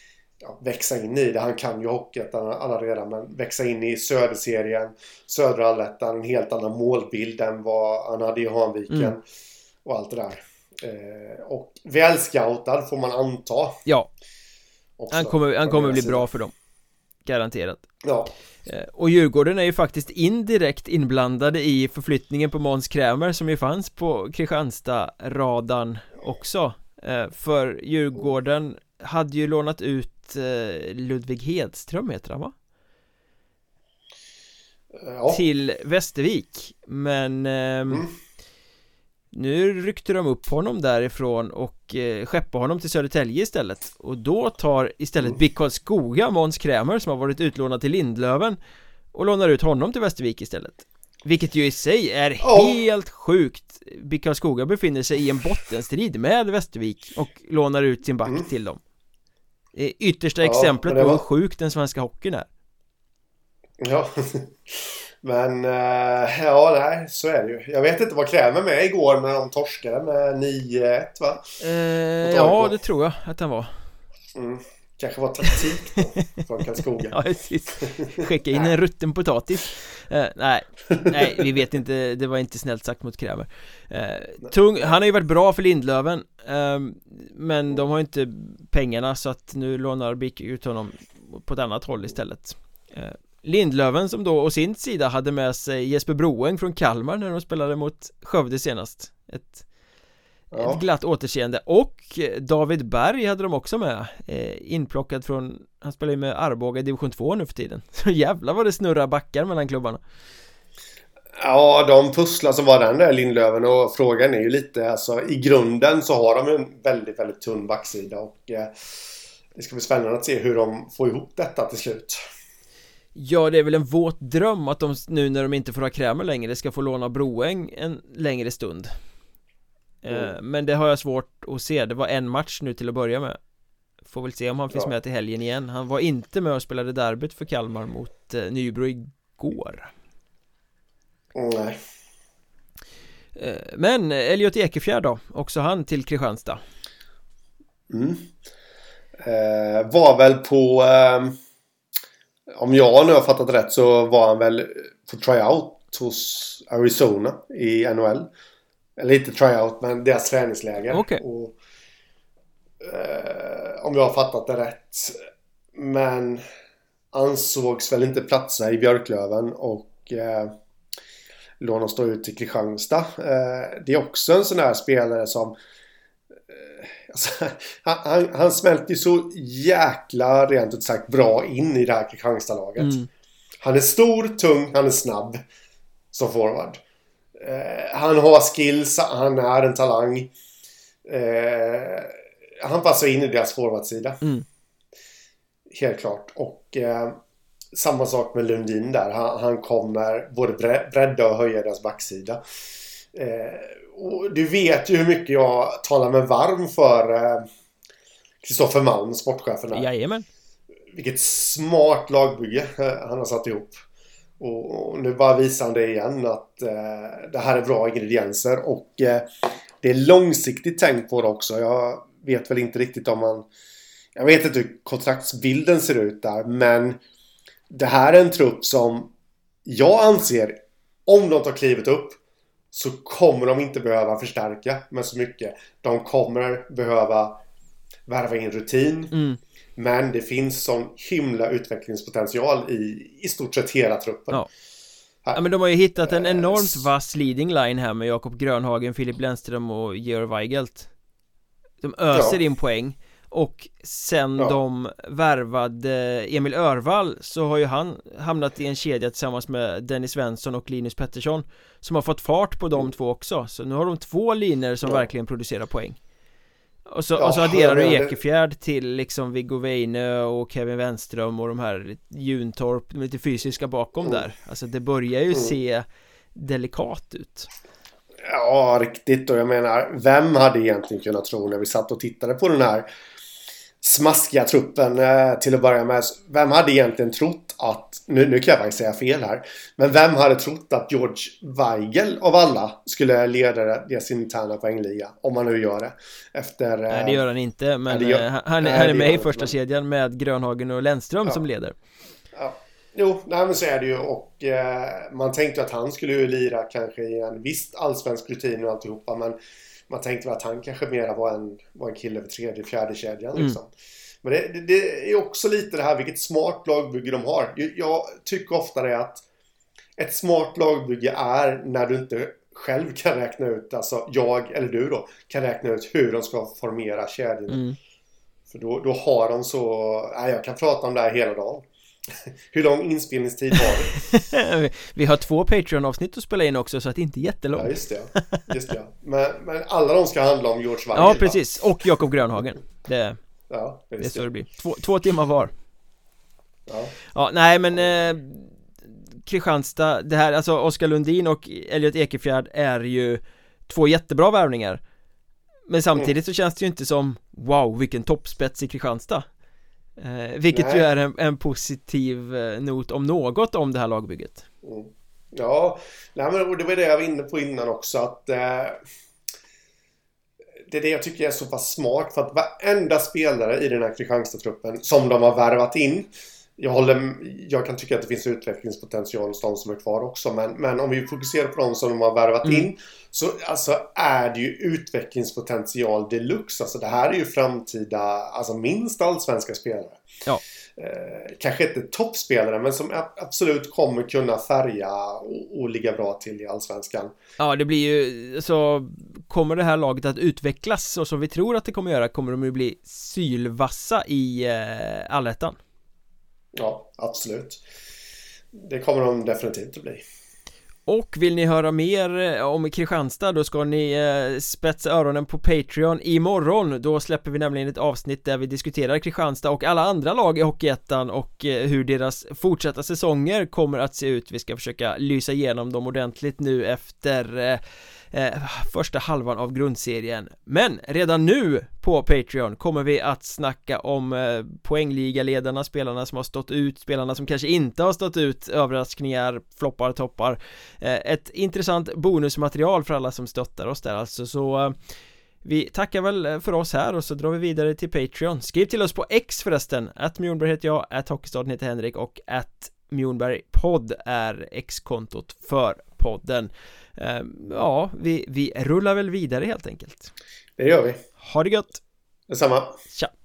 ja, växa in i det. Han kan ju Hockeyettan alla redan, men växa in i Söderserien, Södra Allettan, en helt annan målbild än vad han hade i Hanviken mm. och allt det där. Eh, och välscoutad får man anta. Ja, också, han kommer, han kommer bli bra för dem. Garanterat. Ja. Eh, och Djurgården är ju faktiskt indirekt inblandade i förflyttningen på Måns Krämer som ju fanns på Kristianstad-radarn också. Eh, för Djurgården hade ju lånat ut eh, Ludvig Hedström heter han va? Ja. Till Västervik. Men eh, mm. nu ryckte de upp honom därifrån och eh, skeppade honom till Södertälje istället. Och då tar istället mm. B I K Karlskoga Måns Krämer som har varit utlånad till Lindlöven och lånar ut honom till Västervik istället. Vilket ju i sig är oh. helt sjukt. B I K Karlskoga befinner sig i en bottenstrid med Västervik och lånar ut sin back mm. till dem. Det är yttersta ja, exemplet på var... hur sjukt den svenska hockeyn är. Ja, men uh, ja, nej, så är det ju. Jag vet inte vad Krämer med igår när de torskade med nio ett va? Uh, ja, det tror jag att han var. Mm. Kanske var taktik då, från Karlskoga. Ja, precis. Skicka in en rutten potatis. Uh, nej, nej, vi vet inte. Det var inte snällt sagt mot Krämer. Uh, tung, han har ju varit bra för Lindlöven. Uh, men de har inte pengarna så att nu lånar B I K ut honom på ett annat håll istället. Uh, Lindlöven som då å sin sida hade med sig Jesper Broeng från Kalmar när de spelade mot Skövde senast. Ett, ja. ett glatt återseende. Och David Berg hade de också med. Eh, inplockad från, han spelar ju med Arboga i division två nu för tiden. Så jävla vad det snurrar backar mellan klubbarna. Ja, de pusslar som var den där Lindlöven och frågan är ju lite, alltså i grunden så har de en väldigt, väldigt tunn backsida och eh, det ska bli spännande att se hur de får ihop detta till slut. Ja, det är väl en våt dröm att de nu när de inte får ha Krämer längre ska få låna Broeng en längre stund. Mm. Eh, men det har jag svårt att se. Det var en match nu till att börja med. Får väl se om han finns ja. med till helgen igen. Han var inte med och spelade derbyt för Kalmar mot eh, Nybro igår. Nej. Eh, men Elliot Ekefjärd då, också han till Kristianstad. Mm. Eh, var väl på... Eh... Om jag nu har fattat rätt så var han väl på tryout hos Arizona i N H L. Eller inte tryout, men deras träningsläger. Okay. Och, eh, om jag har fattat det rätt. Men ansågs väl inte platsa i Björklöven och eh, lånas då ut till Kristianstad. Eh, det är också en sån här spelare som Alltså, han, han, han smälter ju så jäkla rent ut sagt bra in i det här Kristianstad-laget. Mm. Han är stor, tung, han är snabb som forward. Eh, han har skills, han är en talang. Eh, han passar in i deras forwardsida. Mm. Helt klart. Och eh, samma sak med Lundin där. Han, han kommer både bredda och höja deras backsida. Eh, och du vet ju hur mycket jag talar med varm för Kristoffer eh, Malm, sportchefen där. Jajamän. Vilket smart lagbygge eh, han har satt ihop. Och, och nu bara visar han det igen att eh, det här är bra ingredienser och eh, det är långsiktigt tänkt på det också. Jag vet väl inte riktigt om man jag vet inte hur kontraktsbilden ser ut där, men det här är en trupp som jag anser, om de tar klivet upp så kommer de inte behöva förstärka med så mycket. De kommer behöva värva in rutin. Mm. Men det finns sån himla utvecklingspotential i i stort sett hela truppen. Ja. Ja, men de har ju hittat en enormt vass leading line här med Jakob Grönhagen, Filip Lennström och Georg Weigelt. De öser ja. in poäng. Och sen ja. de värvade Emil Örvall så har ju han hamnat i en kedja tillsammans med Dennis Svensson och Linus Pettersson som har fått fart på de mm. två också. Så nu har de två linjer som ja. verkligen producerar poäng. Och så, ja, och så adderar du Ekefjärd till liksom Viggo Weine och Kevin Wenström och de här Juntorp, de lite fysiska bakom mm. där. Alltså det börjar ju mm. se delikat ut. Ja, riktigt. Och jag menar, vem hade egentligen kunnat tro när vi satt och tittade på den här smaskiga truppen eh, till att börja med. Vem hade egentligen trott att, nu, nu kan jag faktiskt säga fel här, men vem hade trott att George Weigel av alla skulle leda deras interna poängliga, om man nu gör det efter... Eh, nej, det gör han inte, men nej, gör, han, han nej, är med i gör, första men, kedjan med Grönhagen och Lennström ja, som leder. Ja. Jo, nej, men så är det ju, och eh, man tänkte att han skulle ju lira kanske i en viss allsvensk rutin och alltihopa, men man tänkte att han kanske mera var en, var en kille för tredje, fjärde kedjan liksom. Mm. Men det, det, det är också lite det här vilket smart lagbygge de har. Jag tycker ofta det att ett smart lagbygge är när du inte själv kan räkna ut, alltså jag eller du då, kan räkna ut hur de ska formera kedjorna. Mm. För då, då har de så, nej, jag kan prata om det här hela dagen. Hur lång inspelningstid har vi? Vi har två Patreon-avsnitt att spela in också, så att det inte är jättelångt. Ja, just det. Just det. Men, men alla de ska handla om George Weigel. Ja, precis. Va? Och Jakob Grönhagen. Det, ja, det, det är så det blir. Två, två timmar var. Ja. Ja, nej men eh, Kristianstad, det här, alltså Oskar Lundin och Elliot Ekefjärd är ju två jättebra värvningar. Men samtidigt mm. så känns det ju inte som wow, vilken toppspets i Kristianstad. Eh, vilket Nej. ju är en, en positiv eh, not om något om det här lagbygget. Mm. Ja, nej, men det var det jag var inne på innan också, att eh, det är det jag tycker är så pass smart, för att varenda spelare i den här Kristianstad-truppen som de har värvat in, jag, håller, jag kan tycka att det finns utvecklingspotential hos de som är kvar också, men, men om vi fokuserar på de som de har värvat mm. in, så alltså, är det ju utvecklingspotential deluxe. Alltså det här är ju framtida, alltså minst allsvenska spelare. Ja. Eh, kanske inte toppspelare, men som absolut kommer kunna färga och, och ligga bra till i allsvenskan. Ja, det blir ju så, kommer det här laget att utvecklas och som vi tror att det kommer göra, kommer de ju bli sylvassa i eh, allettan. Ja, absolut. Det kommer de definitivt att bli. Och vill ni höra mer om Kristianstad, då ska ni eh, spetsa öronen på Patreon imorgon. Då släpper vi nämligen ett avsnitt där vi diskuterar Kristianstad och alla andra lag i Hockeyettan och eh, hur deras fortsatta säsonger kommer att se ut. Vi ska försöka lysa igenom dem ordentligt nu efter eh, eh, första halvan av grundserien. Men redan nu på Patreon kommer vi att snacka om eh, poängligaledarna, spelarna som har stått ut, spelarna som kanske inte har stått ut, överraskningar, floppar, toppar. Eh, ett intressant bonusmaterial för alla som stöttar oss där alltså. Så eh, vi tackar väl för oss här och så drar vi vidare till Patreon. Skriv till oss på X förresten. At Mjornberg heter jag, at Hockeystaden heter Henrik och at Mjornberg podd är X-kontot för podden. Eh, ja, vi, vi rullar väl vidare helt enkelt. Det gör vi. Ha det gött. Detsamma. Tja.